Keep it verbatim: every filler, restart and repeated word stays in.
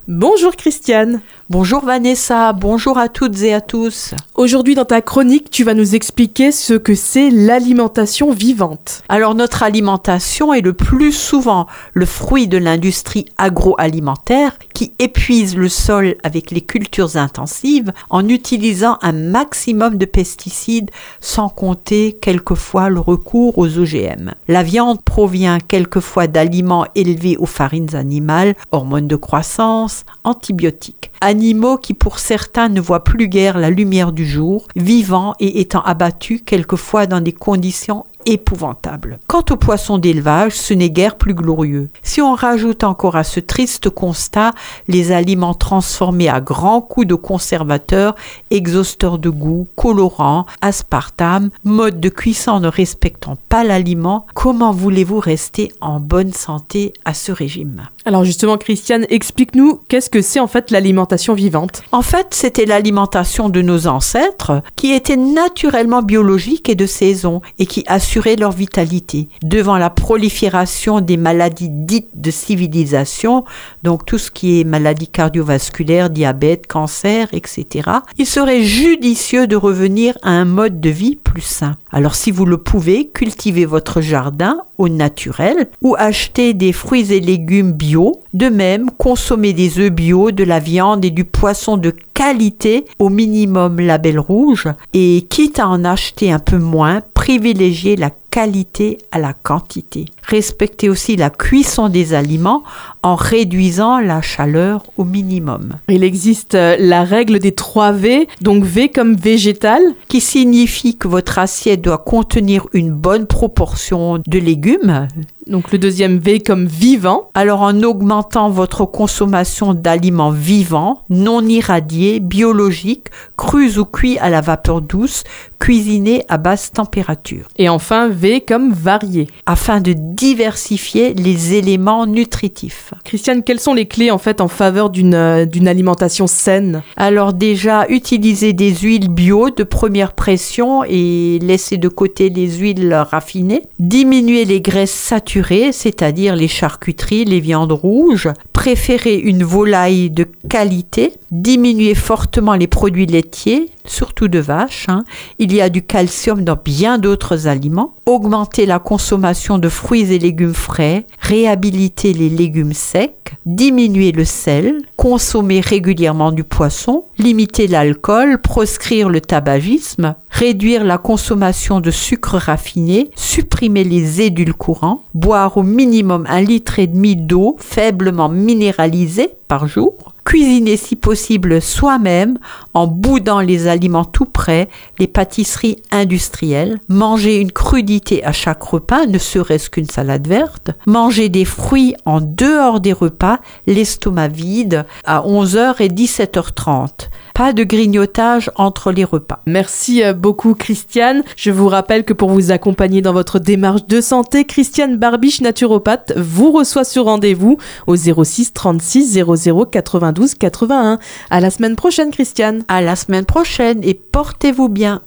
Bonjour Christiane. Bonjour Vanessa, bonjour à toutes et à tous. Aujourd'hui dans ta chronique, tu vas nous expliquer ce que c'est l'alimentation vivante. Alors notre alimentation est le plus souvent le fruit de l'industrie agroalimentaire qui épuise le sol avec les cultures intensives en utilisant un maximum de pesticides sans compter quelquefois le recours aux O G M. La viande provient quelquefois d'aliments élevés aux farines animales, hormones de croissance, antibiotiques. Animaux qui pour certains ne voient plus guère la lumière du jour, vivants et étant abattus quelquefois dans des conditions épouvantable. Quant aux poissons d'élevage, ce n'est guère plus glorieux. Si on rajoute encore à ce triste constat les aliments transformés à grands coups de conservateurs, exhausteurs de goût, colorants, aspartame, mode de cuisson ne respectant pas l'aliment, comment voulez-vous rester en bonne santé à ce régime ? Alors justement, Christiane, explique-nous qu'est-ce que c'est en fait l'alimentation vivante ? En fait, c'était l'alimentation de nos ancêtres qui était naturellement biologique et de saison et qui assurait leur vitalité. Devant la prolifération des maladies dites de civilisation, donc tout ce qui est maladies cardiovasculaires, diabète, cancer, et cetera, il serait judicieux de revenir à un mode de vie plus sain. Alors si vous le pouvez, cultivez votre jardin au naturel ou achetez des fruits et légumes bio. De même, consommez des œufs bio, de la viande et du poisson de qualité au minimum label rouge et quitte à en acheter un peu moins, privilégiez la qualité à la quantité. Respectez aussi la cuisson des aliments en réduisant la chaleur au minimum. Il existe la règle des trois V, donc V comme végétal, qui signifie que votre assiette doit contenir une bonne proportion de légumes. Donc le deuxième V comme vivant. Alors en augmentant votre consommation d'aliments vivants, non irradiés, biologiques, crus ou cuits à la vapeur douce, cuisinés à basse température. Et enfin V comme varié. Afin de diversifier les éléments nutritifs. Christiane, quelles sont les clés en fait en faveur d'une, euh, d'une alimentation saine ? Alors déjà, utilisez des huiles bio de première pression et laissez de côté les huiles raffinées. Diminuez les graisses saturées, c'est-à-dire les charcuteries, les viandes rouges. Préférez une volaille de qualité. Diminuez fortement les produits laitiers, surtout de vache. Hein. Il y a du calcium dans bien d'autres aliments. Augmentez la consommation de fruits et légumes frais. Réhabilitez les légumes secs. Diminuez le sel. Consommez régulièrement du poisson. Limitez l'alcool. Proscrire le tabagisme. Réduire la consommation de sucre raffiné. Supprimer les édulcorants. Boire au minimum un litre et demi d'eau faiblement minéralisée par jour. Cuisiner si possible soi-même en boudant les aliments tout prêts, les pâtisseries industrielles. Manger une crudité à chaque repas, ne serait-ce qu'une salade verte. Manger des fruits en dehors des repas, l'estomac vide à onze heures et dix-sept heures trente. Pas de grignotage entre les repas. Merci beaucoup Christiane. Je vous rappelle que pour vous accompagner dans votre démarche de santé, Christiane Barbiche, naturopathe, vous reçoit sur rendez-vous au zéro six trente-six zéro zéro quatre-vingt-douze quatre-vingt-un. À la semaine prochaine Christiane. À la semaine prochaine et portez-vous bien.